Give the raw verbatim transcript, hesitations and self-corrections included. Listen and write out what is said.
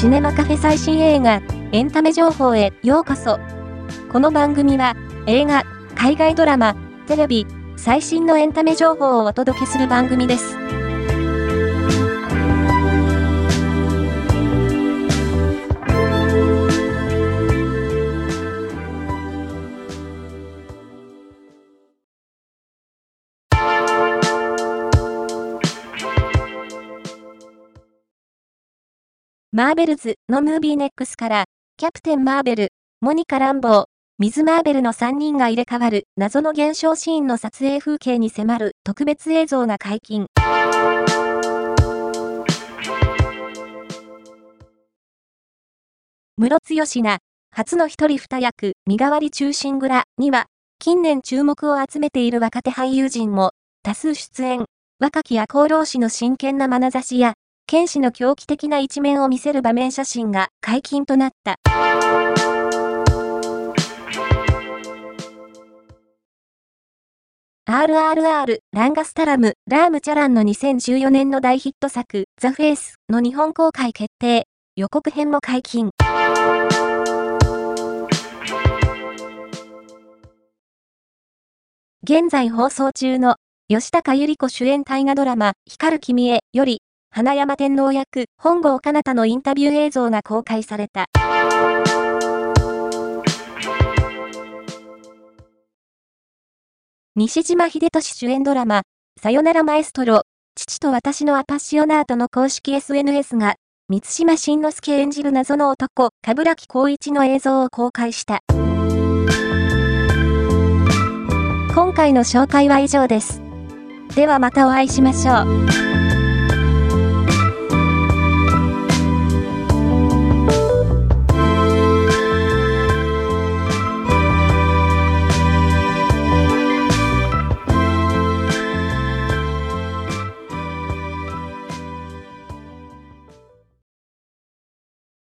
シネマカフェ最新映画、エンタメ情報へようこそ。この番組は、映画、海外ドラマ、テレビ、最新のエンタメ情報をお届けする番組です。マーベルズのムービーネックスから、キャプテン・マーベル、モニカ・ランボー、ミズ・マーベルのさんにんが入れ替わる謎の現象シーンの撮影風景に迫る特別映像が解禁。ムロツヨシが、初の一人二役、身代わり忠臣蔵には、近年注目を集めている若手俳優陣も、多数出演、若き赤穂浪士の真剣な眼差しや、剣士の狂気的な一面を見せる場面写真が解禁となった。アールアールアール ランガスタラム・ラームチャランのにせんじゅうよねんの大ヒット作ザ・フェイスの日本公開決定、予告編も解禁。現在放送中の吉高由里子主演大河ドラマ光る君へより花山天皇役本郷奏多のインタビュー映像が公開された。西島秀俊主演ドラマ、さよならマエストロ、父と私のアパッシオナートの公式 エスエヌエス が、満島真之介演じる謎の男、鏑木浩一の映像を公開した。今回の紹介は以上です。ではまたお会いしましょう。